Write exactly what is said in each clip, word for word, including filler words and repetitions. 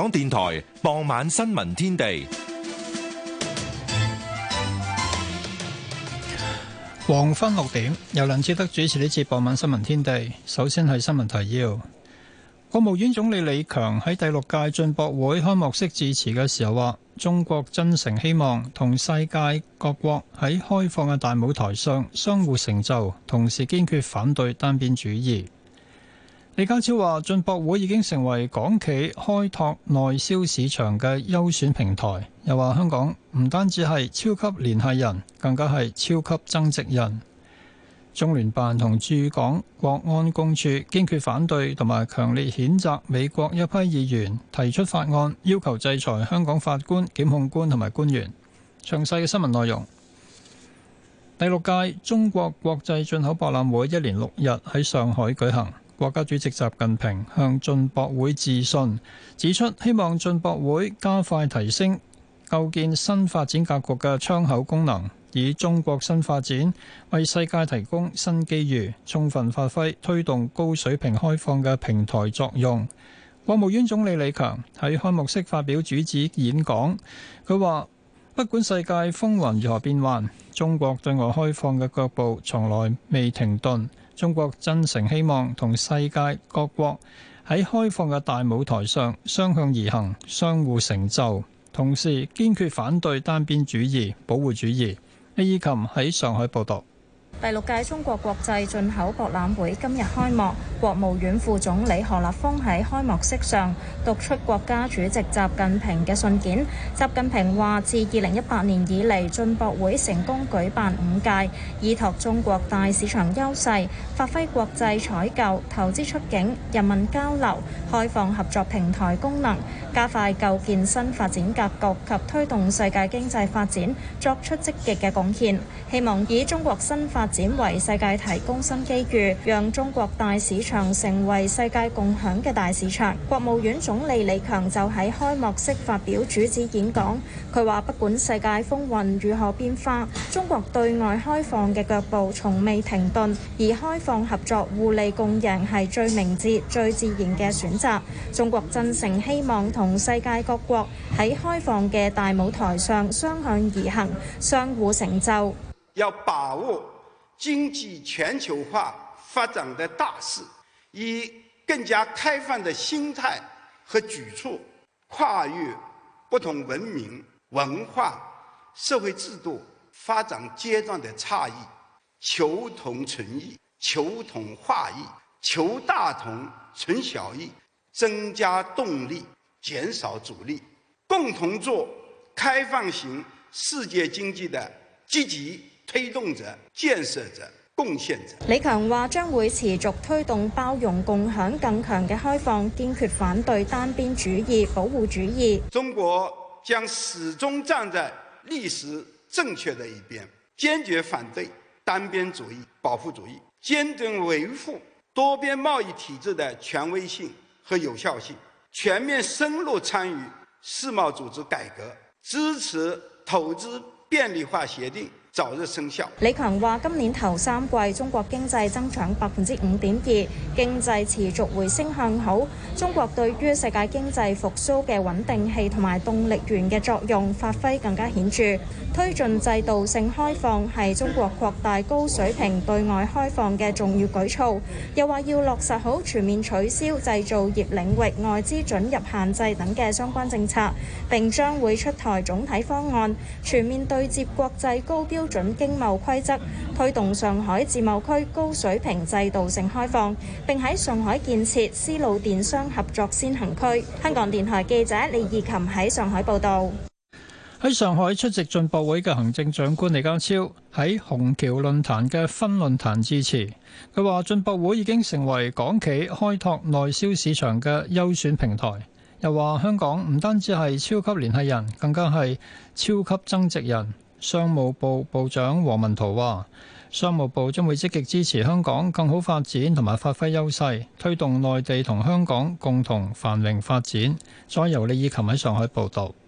港電台傍晚新聞天地。 黃昏六點，由梁志德主持呢次傍晚新聞天地。首先係新聞提要。國務院總理李強喺第六屆進博會開幕式致辭嘅時候話，中國真誠希望同世界各國喺開放嘅大舞台上相互成就，同時堅決反對單邊主義。李家超話，進博會已經成為港企開拓內銷市場嘅優選平台，又話香港唔單止係超級聯繫人，更加係超級增值人。中聯辦同駐港國安公署堅決反對同埋強烈譴責美國一批議員提出法案，要求制裁香港法官、檢控官同埋官員。詳細嘅新聞內容。第六屆中國國際進口博覽會一連六日喺上海舉行，國家主席習近平向進博會致信，指出希望進博會加快提升構建新發展格局嘅窗口功能，以中國新發展為世界提供新機遇，充分發揮推動高水平開放嘅平台作用。國務院總理李強喺開幕式發表主旨演講，佢話：不管世界風雲如何變幻，中國對外開放嘅腳步從來未停頓。中國真誠希望同世界各國喺開放嘅大舞台上相向而行，相互成就，同時堅決反對單邊主義、保護主義。李以琴喺上海報道。 第六屆中國國際進口博覽會今日開幕，國務院副總理何立峰喺開幕式上讀出國家主席習近平嘅信件。習近平話：自二零一八年以嚟，進博會成功舉辦五屆，依託中國大市場優勢，發揮國際採購、投資出境、人民交流、開放合作平台功能，加快構建新發展格局及推動世界經濟發展作出積極嘅貢獻。希望以中國新發展為世界提供新機遇，讓中國大市場成為世界共享嘅大市場。國務院總理李強就喺開幕式發表主旨演講，佢話：不管世界風雲如何變化，中國對外開放嘅腳步從未停頓，而開放合作、互利共贏係最明智、最自然嘅選擇。中國真誠希望同世界各國喺開放嘅大舞台上相向而行，相互成就。 要把握經濟全球化發展的大勢，以更加開放的心態和舉措，跨越不同文明、文化、社會制度發展階段的差異，求同存異，求同化異，求大同存小異，增加動力，減少阻力，共同做開放型世界經濟的積極推動者、建設者、貢獻者。 李強話將會持續推動包容共享更強嘅開放，堅決反對單邊主義、保護主義。 中國將始終站在歷史正確的一邊，堅決反對單邊主義、保護主義，堅定維護多邊貿易體制的權威性和有效性，全面深入參與世貿組織改革，支持投資便利化協定早日生效。 李強話：今年頭三季中國經濟增長百分之五點二，經濟持續回升向好。中國對於世界經濟復甦嘅穩定器同埋動力源嘅作用發揮更加顯著。推進制度性開放係中國擴大高水平對外開放嘅重要舉措。又話要落實好全面取消製造業領域外資准入限制等嘅相關政策，並將會出台總體方案，全面對接國際高標準經貿規則，推動上海自貿區高水平制度性開放，並喺上海建設絲路電商合作先行區。香港電台記者李義琴喺上海報道。 喺上海出席進博會嘅行政長官李家超喺虹橋論壇嘅分論壇致辭，佢話進博會已經成為港企開拓內銷市場嘅優選平台，又話香港唔單止係超級聯繫人，更加係超級增值人。商務部部長王文濤話，商務部將會積極支持香港更好發展同埋發揮優勢，推動內地同香港共同繁榮發展。再由李以琴喺上海報道。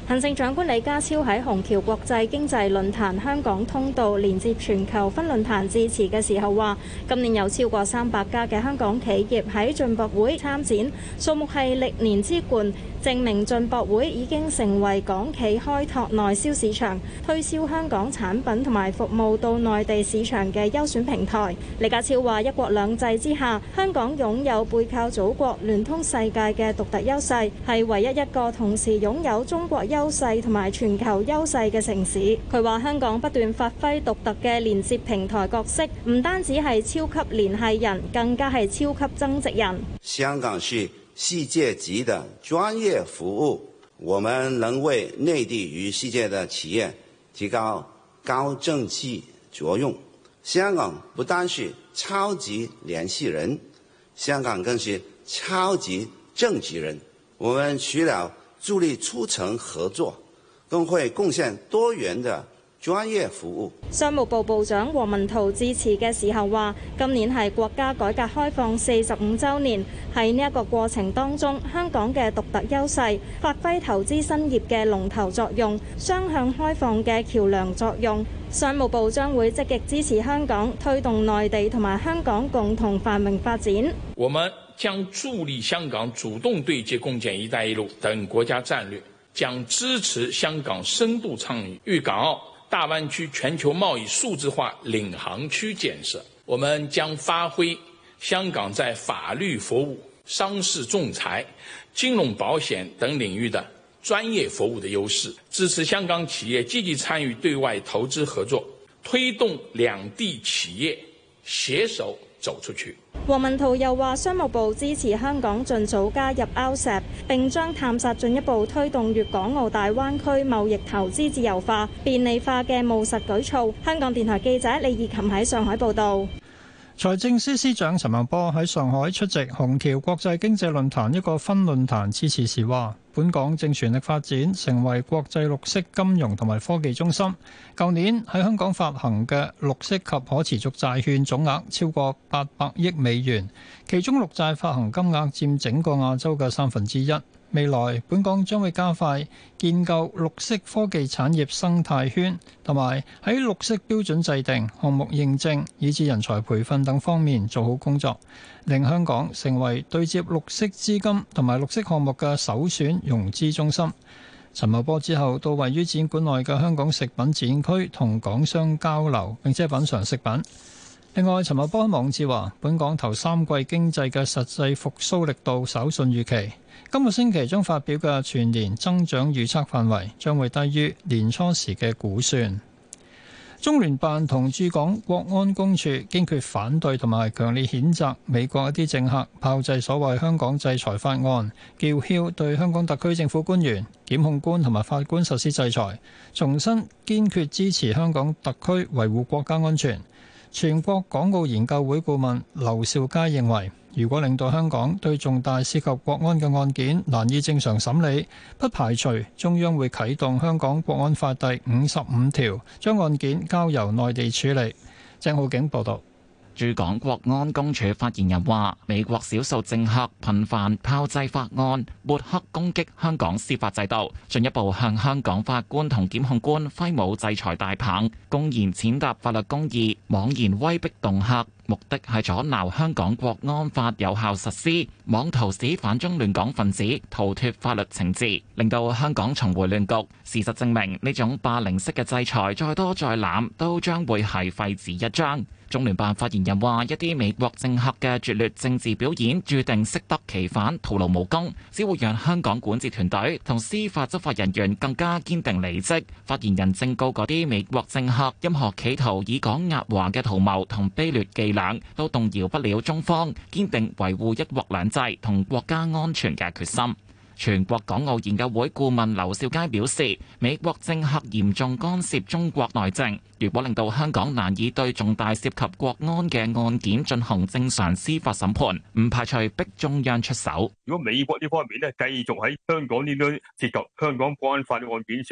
行政長官李家超喺虹橋國際經濟論壇香港通道連接全球分論壇致辭嘅時候話，今年有超過三百家嘅香港企業喺進博會參展，數目係歷年之冠，證明進博會已經成為港企開拓內銷市場、推銷香港產品同埋服務到內地市場嘅優選平台。李家超話：一國兩制之下，香港擁有背靠祖國、聯通世界嘅獨特優勢，係唯一一個同時擁有中國優勢同埋全球優勢嘅城市。佢話香港不斷發揮獨特嘅連接平台角色，唔單止係超級聯繫人，更加係超級增值人。 香港是世界級的專業服務，我們能為內地與世界的企業提高高政績作用。香港不單是超級聯繫人，香港更是超級政績人。我們除了助力促成合作，更會貢獻多元的專業服務。 商務部部長王文濤致辭嘅時候話：今年係國家改革開放四十五週年，喺呢一個過程當中，香港嘅獨特優勢發揮投資新業嘅龍頭作用，雙向開放嘅橋梁作用。商務部將會積極支持香港推動內地同埋香港共同繁榮發展。 我們將助力香港主動對接共建“一帶一路”等國家戰略，將支持香港深度參與粵港澳大灣區全球貿易數字化領航區建設。我們將發揮香港在法律服務、商事仲裁、金融保險等領域的專業服務的優勢，支持香港企業積極參與對外投資合作，推動兩地企業攜手走出去。 王文濤又話，商務部支持香港盡早加入 R C E P， 並將探索進一步推動粵港澳大灣區貿易投資自由化、便利化嘅務實舉措。香港電台記者李義琴喺上海報道。 財政司司長陳茂波喺上海出席虹橋國際經濟論壇一個分論壇致辭時話，本港正全力發展成為國際綠色金融同埋科技中心。舊年喺香港發行嘅綠色及可持續債券總額超過八百億美元，其中綠債發行金額佔整個亞洲嘅三分之一。未來本港將會加快建構綠色科技產業生態圈，同埋喺綠色標準制定、項目認證以至人才培訓等方面做好工作，令香港成為對接綠色資金同埋綠色項目嘅首選融資中心。陳茂波之後到位於展館內嘅香港食品展區同港商交流，並且品嚐食品。另外，陳茂波喺網誌話，本港頭三季經濟嘅實際復甦力度稍遜預期。今個星期將發表嘅全年增長預測範圍將會低於年初時嘅估算。中聯辦同駐港國安公署堅決反對同埋強烈譴責美國一啲政客炮製所謂香港制裁法案，叫囂對香港特區政府官員、檢控官同埋法官實施制裁，重申堅決支持香港特區維護國家安全。全國港澳研究會顧問劉兆佳認為，如果令到香港對重大涉及國安嘅案件難以正常審理，不排除中央會啟動香港國安法第五十五條，將案件交由內地處理。鄭浩景報道。 駐港國安公署發言人話，美國少數政客頻繁炮製法案，抹黑攻擊香港司法制度，進一步向香港法官同檢控官揮舞制裁大棒，公然踐踏法律公義，妄言威逼恫嚇，目的係阻撓香港國安法有效實施，妄圖使反中亂港分子逃脫法律懲治，令到香港重回亂局。事實證明，呢種霸凌式嘅制裁再多再濫，都將會係廢紙一張。中聯辦發言人話，一啲美國政客嘅拙劣政治表演，注定適得其反，徒勞無功，只會讓香港管治團隊同司法執法人員更加堅定離職。發言人正告嗰啲美國政客，任何企圖以港壓華嘅圖謀同卑劣伎倆，都動搖不了中方堅定維護一國兩制同國家安全嘅決心。全國港澳研究會顧問劉兆佳表示，美國政客嚴重干涉中國內政，如果令到香港難以對重大涉及國安嘅案件進行正常司法審判，唔排除逼中央出手。 如果美國呢方面咧繼續喺香港呢啲涉及香港國安法嘅案件上咧，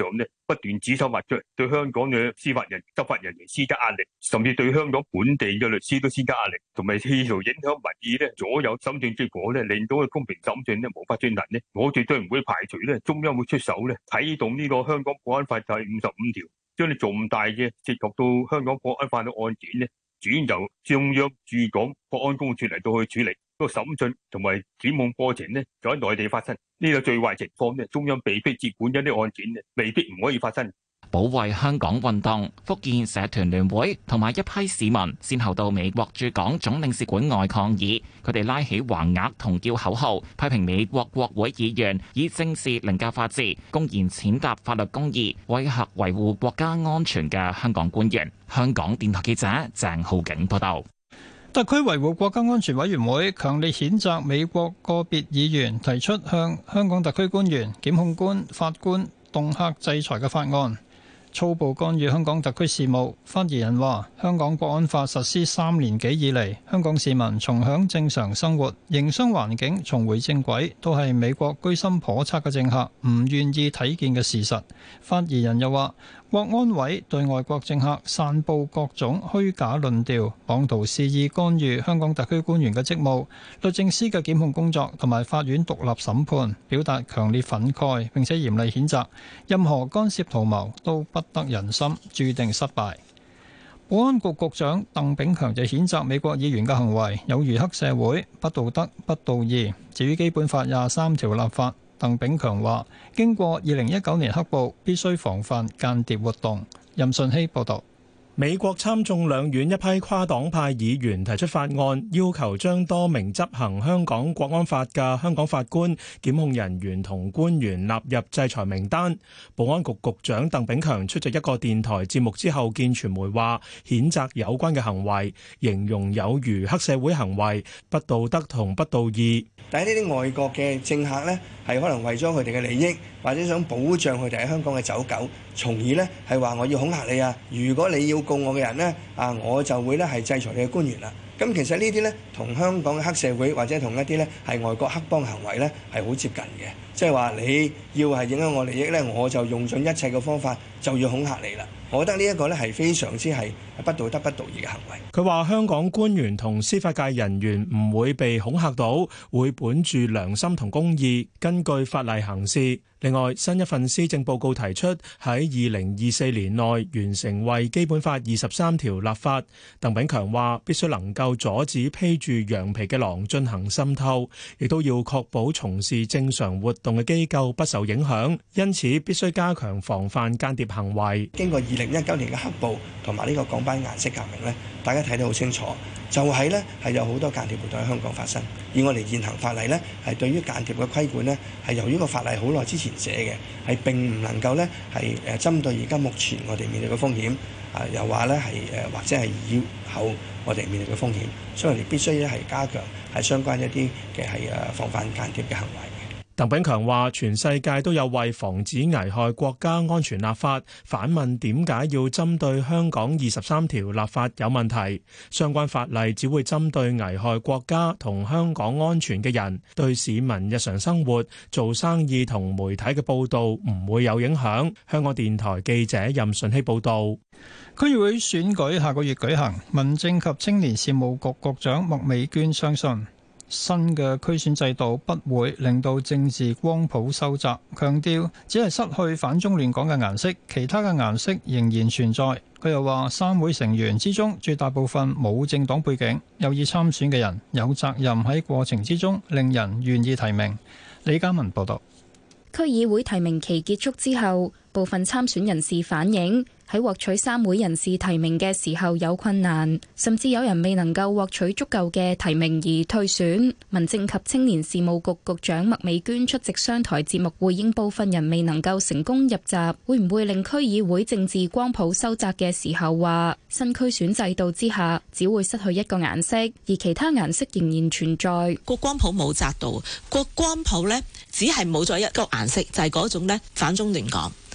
不斷指手畫腳，對香港嘅司法人、執法人員施加壓力，甚至對香港本地嘅律師都施加壓力，同埋企圖影響民意咧，左右審訊結果咧，令到個公平審訊咧無法進行咧。我絕對唔會排除咧，中央會出手咧，啟動呢個香港國安法第五十五條，將你重大嘅涉及到香港國安法嘅案件咧，轉由中央駐港國安公署嚟到去處理。個審訊同埋檢控過程呢，就喺內地發生。呢個最壞情況呢，中央被迫接管一啲案件呢，未必唔可以發生。 保衛香港運動、福建社團聯會同埋一批市民，先後到美國駐港總領事館外抗議。佢哋拉起橫額同叫口號，批評美國國會議員以政治凌駕法治，公然踐踏法律公義，威嚇維護國家安全嘅香港官員。香港電台記者鄭浩景報道。 特區維護國家安全委員會強烈譴責美國個別議員提出向香港特區官員、檢控官、法官恫嚇制裁嘅法案，粗暴干預香港特區事務。發言人話：香港國安法實施三年幾以嚟，香港市民重享正常生活，營商環境重回正軌，都係美國居心叵測嘅政客唔願意睇見嘅事實。發言人又話：國安委對外國政客散佈各種虛假論調，妄圖肆意干預香港特區官員嘅職務、律政司嘅檢控工作同埋法院獨立審判，表達強烈憤慨，並且嚴厲譴責。任何干涉圖謀都不得人心，注定失敗。保安局局長鄧炳強就譴責美國議員嘅行為有如黑社會，不道德、不道義。至於基本法廿三條立法，鄧炳強話：經過二零一九年黑暴，必須防範間諜活動。任順希報導。 美國參眾兩院一批跨黨派議員提出法案，要求將多名執行香港國安法嘅香港法官、檢控人員同官員納入制裁名單。保安局局長鄧炳強出席一個電台節目之後見傳媒話，譴責有關嘅行為，形容有如黑社會行為，不道德同不道義。 但係呢啲外國嘅政客呢，係可能為咗佢哋嘅利益，或者想保障佢哋喺香港嘅走狗，從而呢係話我要恐嚇你啊！如果你要告我嘅人呢，啊我就會呢係制裁你嘅官員啦。咁其實呢啲呢，同香港嘅黑社會或者同一啲呢係外國黑幫行為呢係好接近嘅，即係話你要係影響我利益呢，我就用盡一切嘅方法就要恐嚇你啦。我覺得呢一個呢係非常之係不道德、不道義嘅行為。 佢話香港官員同司法界人員唔會被恐嚇到，會本住良心同公義，根據法例行事。另外，新一份施政報告提出喺二零二四年內完成為基本法二十三條立法。鄧炳強話必須能夠阻止披住羊皮嘅狼進行滲透，亦都要確保從事正常活動嘅機構不受影響，因此必須加強防範間諜行為。 經過二零一九年嘅黑暴同埋呢個港版顏色革命呢，大家睇得好清楚，就係呢係有好多間諜活動喺香港發生。而我哋現行法例呢，係對於間諜嘅規管呢，係由於個法例好耐之前寫嘅，係並唔能夠呢係誒針對而家目前我哋面對嘅風險啊，又話呢係誒或者係以後我哋面對嘅風險，所以我哋必須咧係加強係相關一啲嘅係誒防範間諜嘅行為。 鄧炳強話：全世界都有為防止危害國家安全立法，反問點解要針對香港二十三條立法有問題？相關法例只會針對危害國家同香港安全嘅人，對市民日常生活、做生意同媒體嘅報導唔會有影響。香港電台記者任順希報導。 區議會選舉下個月舉行，民政及青年事務局局長麥美娟相信新嘅區選制度不會令到政治光譜收窄，強調只係失去反中亂港嘅顏色，其他嘅顏色仍然存在。佢又話三會成員之中絕大部分冇政黨背景，有意參選嘅人有責任喺過程之中令人願意提名。李嘉文報道。 區議會提名期結束之後，部分參選人士反映喺獲取三會人士提名嘅時候有困難，甚至有人未能夠獲取足夠嘅提名而退選。民政及青年事務局局長麥美娟出席商台節目回應部分人未能夠成功入閘，會唔會令區議會政治光譜收窄嘅時候話，新區選制度之下只會失去一個顏色，而其他顏色仍然存在。 個光譜冇窄到，個光譜呢只係冇咗一個顏色，就係嗰種呢反中亂港。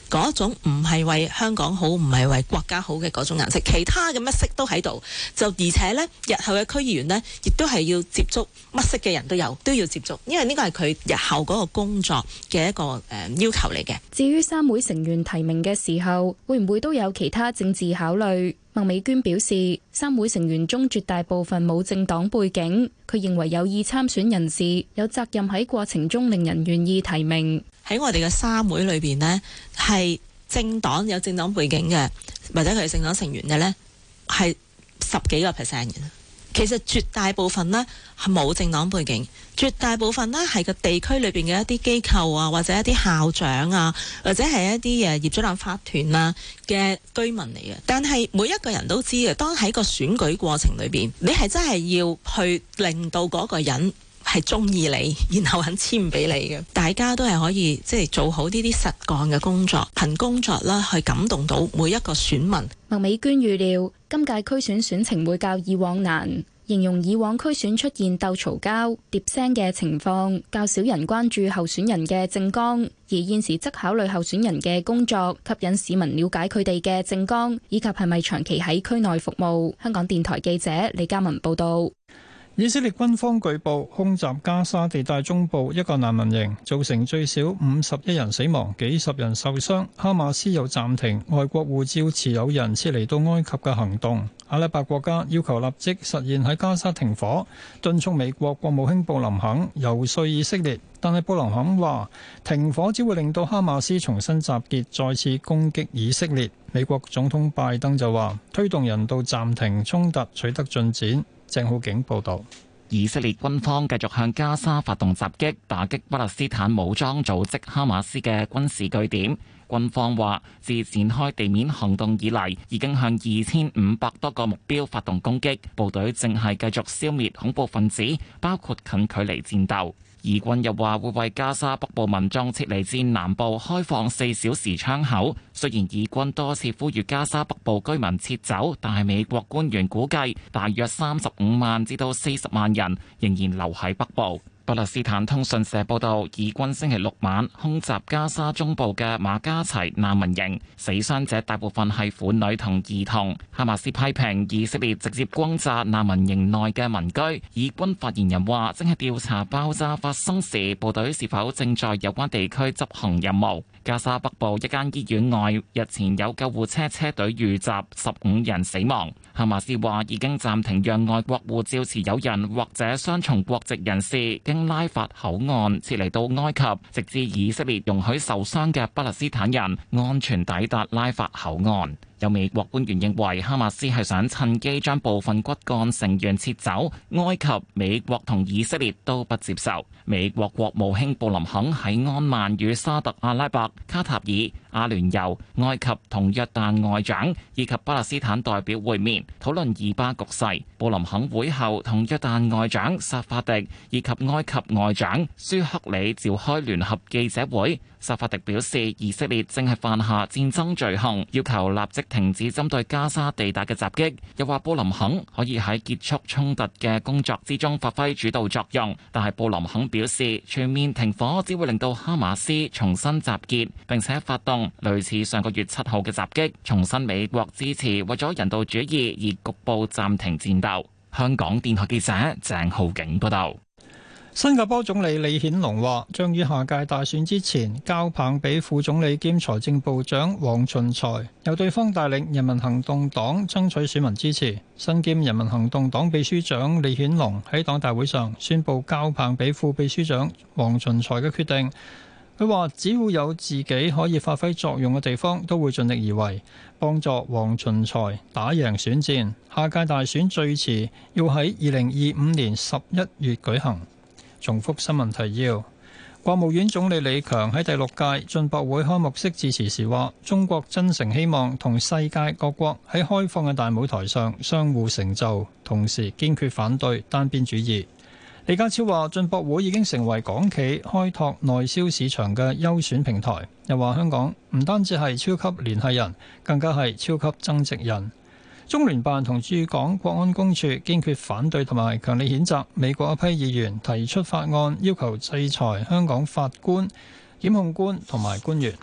嗰種唔係為香港好，唔係為國家好嘅嗰種顏色，其他嘅乜色都喺度。就而且呢，日後嘅區議員呢，亦都係要接觸乜色嘅人都有，都要接觸，因為呢個係佢日後嗰個工作嘅一個誒、呃、要求嚟嘅。 至於三會成員提名嘅時候，會唔會都有其他政治考慮？麥美娟表示，三會成員中絕大部分冇政黨背景，佢認為有意參選人士有責任喺過程中令人願意提名。 喺我哋嘅三會裏邊呢，係政黨有政黨背景嘅，或者佢係政黨成員嘅呢，係十幾個 percent 嘅。其實絕大部分呢係冇政黨背景，絕大部分呢係個地區裏邊嘅一啲機構啊，或者一啲校長啊，或者係一啲誒業主立法團啊嘅居民嚟嘅。但係每一個人都知嘅，當喺個選舉過程裏邊，你係真係要去令到嗰個人係中意你，然後肯簽俾你嘅。大家都係可以即係做好呢啲實幹嘅工作，憑工作啦去感動到每一個選民。 麥美娟預料今屆區選選情會較以往難，形容以往區選出現鬥嘈交、疊聲嘅情況，較少人關注候選人嘅政綱，而現時則考慮候選人嘅工作，吸引市民了解佢哋嘅政綱，以及係咪長期喺區內服務。香港電台記者李嘉文報道。 以色列軍方據報空襲加沙地帶中部一個難民營，造成最少五十一人死亡，幾十人受傷。哈馬斯又暫停外國護照持有人撤離到埃及嘅行動。阿拉伯國家要求立即實現喺加沙停火，敦促美國國務卿布林肯游說以色列，但係布林肯話停火只會令到哈馬斯重新集結，再次攻擊以色列。美國總統拜登就話推動人道暫停衝突取得進展。鄭浩景報道， 以色列軍方繼續向加沙發動襲擊，打擊巴勒斯坦武裝組織哈馬斯嘅軍事據點。軍方話，自展開地面行動以嚟，已經向二千五百多個目標發動攻擊，部隊正係繼續消滅恐怖分子，包括近距離戰鬥。以軍又話會為加沙北部民眾撤離至南部開放四小時窗口。雖然以軍多次呼籲加沙北部居民撤走，但係美國官員估計大約三十五萬至到四十萬人仍然留喺北部。巴勒斯坦通訊社報道，以軍星期六晚空襲加沙中部嘅馬加齊難民營，死傷者大部分係婦女同兒童。哈馬斯批評以色列直接轟炸難民營內嘅民居。以軍發言人話，正係調查爆炸發生時部隊是否正在有關地區執行任務。加沙北部一間醫院外日前有救護車車隊遇襲，十五人死亡。哈馬斯話已經暫停讓外國護照持有人或者雙重國籍人士經拉法口岸撤離到埃及，直至以色列容許受傷嘅巴勒斯坦人安全抵達拉法口岸。有美國官員認為哈馬斯係想趁機將部分骨幹成員撤走，埃及、美國同以色列都不接受。美國國務卿布林肯喺安曼與沙特阿拉伯、卡塔爾、阿聯酋、埃及同約旦外長以及巴勒斯坦代表會面，討論以巴局勢。布林肯會後同約旦外長薩法迪以及埃及外長舒克里召開聯合記者會。薩法迪表示，以色列正係犯下戰爭罪行，要求立即停止針對加沙地帶嘅襲擊。又話布林肯可以喺結束衝突嘅工作之中發揮主導作用，但係布林肯表示，全面停火只會令到哈馬斯重新集結，並且發動類似上個月七號嘅襲擊，重申美國支持為咗人道主義而局部暫停戰鬥。香港電台記者鄭浩景報道。 新加坡總理李顯龍話，將於下屆大選之前交棒俾副總理兼財政部長黃循財，由對方帶領人民行動黨爭取選民支持。身兼人民行動黨秘書長李顯龍喺黨大會上宣布交棒俾副秘書長黃循財嘅決定。佢話，只要有自己可以發揮作用嘅地方，都會盡力而為，幫助黃循財打贏選戰。下屆大選最遲要喺二零二五年十一月舉行。重複新聞提要。國務院總理李強喺第六屆進博會開幕式致辭時話，中國真誠希望同世界各國喺開放嘅大舞台上相互成就，同時堅決反對單邊主義。李家超話，進博會已經成為港企開拓內銷市場嘅優選平台。又話香港唔單止係超級聯繫人，更加係超級增值人。中聯辦同駐港國安公署堅決反對同埋強烈譴責美國一批議員提出法案，要求制裁香港法官、檢控官同埋官員。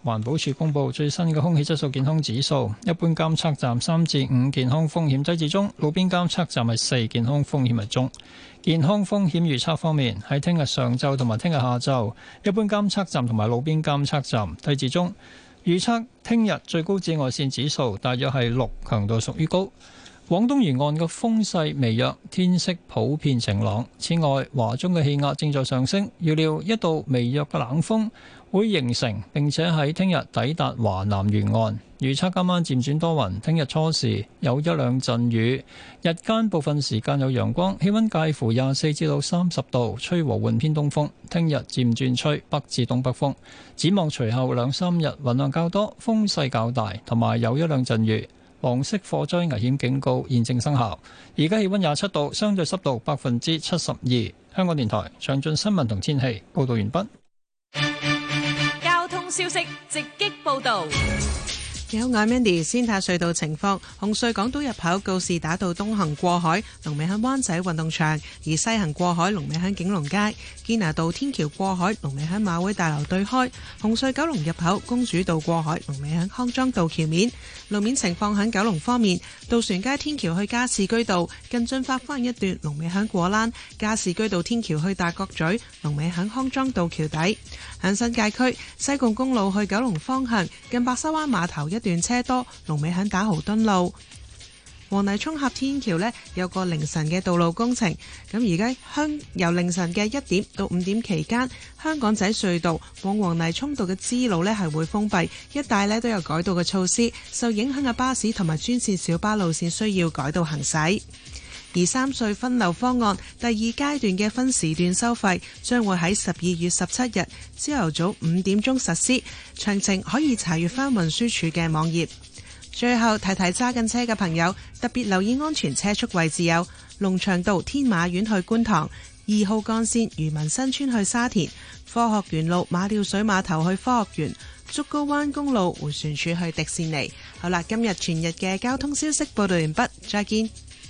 環保署公布最新嘅空氣質素健康指數，一般監測站三至五健康風險低至中，路邊監測站係四健康風險係中。健康風險預測方面，喺聽日上晝同埋聽日下晝，一般監測站同埋路邊監測站低至中。預測聽日最高紫外線指數大約係六，強度屬於高。廣東沿岸嘅風勢微弱，天色普遍晴朗。此外，華中嘅氣壓正在上升，預料一道微弱嘅冷鋒會形成，並且喺聽日抵達華南沿岸。預測今晚漸轉多雲，聽日初時有一兩陣雨，日間部分時間有陽光，氣溫介乎廿四至到三十度，吹和緩偏東風。聽日漸轉吹北至東北風。展望隨後兩三日雲量較多，風勢較大，同埋有一兩陣雨。黃色火災危險警告現正生效。而家氣溫廿七度，相對濕度百分之七十二。香港電台詳盡新聞同天氣報道完畢。 交通消息直擊報道。 有我 Mandy 先睇隧道情況，紅隧港島入口告士打道東行過海，龍尾喺灣仔運動場；而西行過海，龍尾喺景隆街。堅拿道天橋過海，龍尾喺馬會大樓對開。紅隧九龍入口公主道過海，龍尾喺康莊道橋面。路面情況喺九龍方面，渡船街天橋去加士居道近駿發花園一段，龍尾喺果欄；加士居道天橋去大角咀，龍尾喺康莊道橋底。喺新界區西貢公路去九龍方向近白沙灣碼頭一段車多，龍尾喺打豪敦路。黃泥涌峽天橋呢有個凌晨嘅道路工程，咁而家香由凌晨嘅一點到五點期間，香港仔隧道往黃泥涌道嘅支路呢係會封閉，一帶呢都有改道嘅措施，受影響嘅巴士同埋專線小巴路線需要改道行駛。而三隧分流方案第二階段嘅分時段收費將會喺十二月十七日朝頭早五點鐘實施，詳情可以查閱返運輸署嘅網頁。最後提提揸緊車嘅朋友，特別留意安全車速位置有龍翔道天馬苑去觀塘、二號幹線漁民新村去沙田、科學園路馬料水碼頭去科學園、竹篙灣公路迴旋處去迪士尼。好啦，今日全日嘅交通消息報道完畢，再見。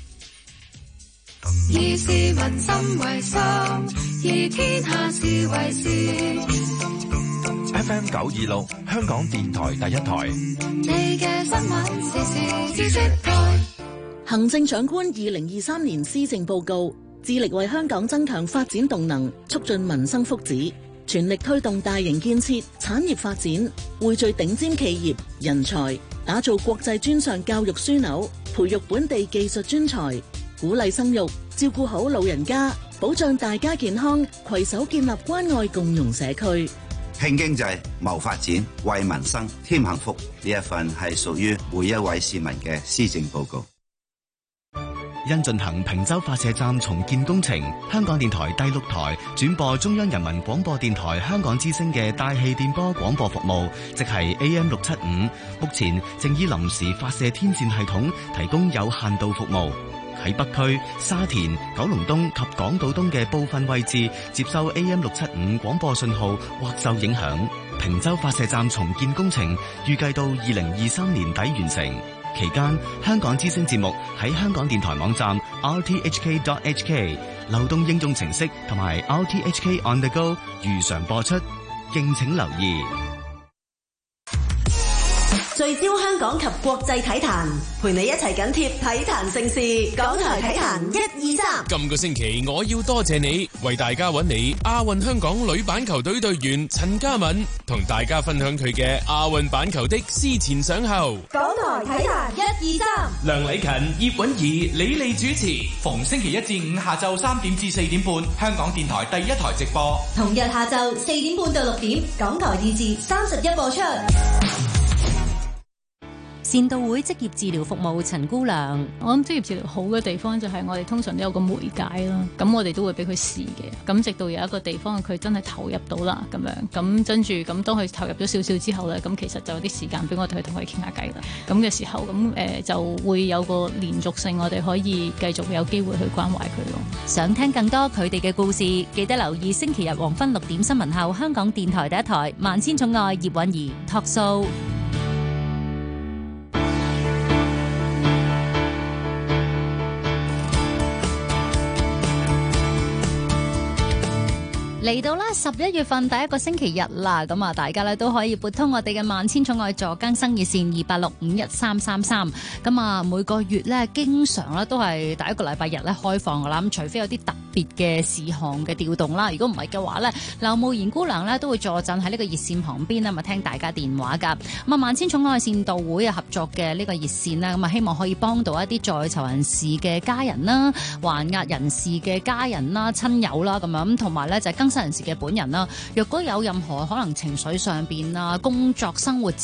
以市民心為心，以天下事為事。 F M 九二六，香港電台第一台。 你嘅新聞時事知識台。 行政長官二零二三年施政報告，致力為香港增強發展動能，促進民生福祉，全力推動大型建設、產業發展，匯聚頂尖企業人才，打造國際專上教育樞紐，培育本地技術專才，鼓勵生育，照顧好老人家，保障大家健康，攜手建立關愛共融社區。 興經濟、謀發展、為民生添幸福，呢一份係屬於每一位市民嘅施政報告。 因進行坪洲發射站重建工程，香港電台第六台轉播中央人民廣播電台香港之聲嘅大氣電波廣播服務，即係 A M 六七五，目前正以臨時發射天線系統提供有限度服務。喺北區、沙田、九龍東及港島東嘅部分位置接收 A M 六七五廣播信號或受影響。坪洲發射站重建工程預計到二零二三年底完成，期間香港之聲節目喺香港電台網站 r t h k dot h k、流動應用程式同埋 R T H K On The Go 如常播出，敬請留意。 聚焦香港及國際體壇，陪你一齊緊貼體壇盛事。港台體壇一二三。 今個星期我要多謝你，為大家揾你亞運香港女板球隊隊員陳嘉敏，同大家分享佢嘅亞運板球的思前想後。 港台體壇一二三。 梁禮勤、葉韻儀、李麗主持，逢星期一至五下晝三點至四點半，香港電台第一台直播。 同日下晝四點半到六點，港台電視三十一播出。 善道會職業治療服務陳姑娘， 我諗職業治療好嘅地方就係我哋通常都有個媒介啦，咁我哋都會俾佢試嘅，咁直到有一個地方佢真係投入到啦，咁樣，咁跟住咁當佢投入咗少少之後咧，咁其實就有啲時間俾我哋去同佢傾下偈啦，咁嘅時候咁誒、呃、就會有個連續性，我哋可以繼續有機會去關懷佢咯。 想聽更多佢哋嘅故事，記得留意星期日黃昏六點新聞後，香港電台第一台《萬千寵愛葉韻儀》Talk Show。 嚟到啦十一月份第一個星期日啦，咁啊大家咧都可以撥通我哋嘅萬千寵愛助更生熱線二八六五一三三三，咁啊每個月咧經常咧都係第一個禮拜日咧開放噶啦，咁除非有啲特別嘅事項嘅調動啦，如果唔係嘅話咧，劉慕賢姑娘咧都會坐鎮喺呢個熱線旁邊啊，咪聽大家電話噶。咁啊萬千寵愛善導會啊合作嘅呢個熱線咧，咁啊希望可以幫到一啲在囚人士嘅家人啦、還押人士嘅家人啦、親友啦咁樣，咁同埋咧就係更生人士嘅本人啦，若果有任何可能情緒上邊啊、工作生活